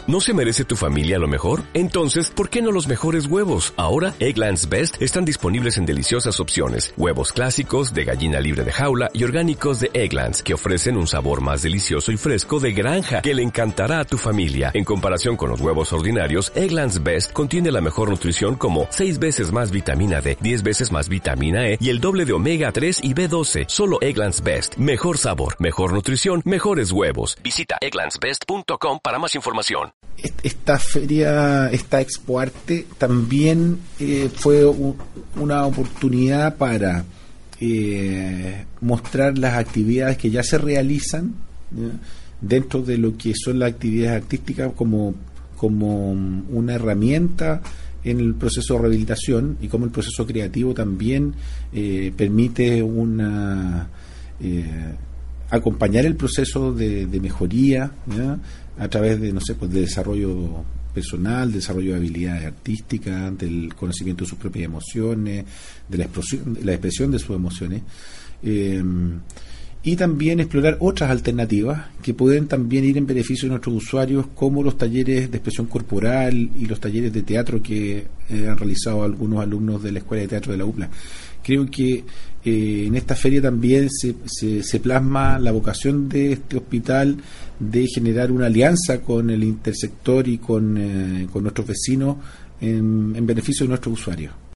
¿No se merece tu familia lo mejor? Entonces, ¿por qué no los mejores huevos? Ahora, Eggland's Best están disponibles en deliciosas opciones. Huevos clásicos, de gallina libre de jaula y orgánicos de Eggland's, que ofrecen un sabor más delicioso y fresco de granja, que le encantará a tu familia. En comparación con los huevos ordinarios, Eggland's Best contiene la mejor nutrición como 6 veces más vitamina D, 10 veces más vitamina E y el doble de omega 3 y B12. Solo Eggland's Best. Mejor sabor, mejor nutrición, mejores huevos. Visita egglandsbest.com para más información. Esta feria, esta Expo Arte, también fue una oportunidad para mostrar las actividades que ya se realizan, ¿ya?, dentro de lo que son las actividades artísticas como una herramienta en el proceso de rehabilitación, y como el proceso creativo también permite acompañar el proceso de mejoría, ¿ya?, a través de, de desarrollo personal, desarrollo de habilidades artísticas, del conocimiento de sus propias emociones, de la expresión de sus emociones, y también explorar otras alternativas que pueden también ir en beneficio de nuestros usuarios, como los talleres de expresión corporal y los talleres de teatro que han realizado algunos alumnos de la Escuela de Teatro de la UPLA. Creo que en esta feria también se plasma la vocación de este hospital de generar una alianza con el intersector y con nuestros vecinos en beneficio de nuestros usuarios.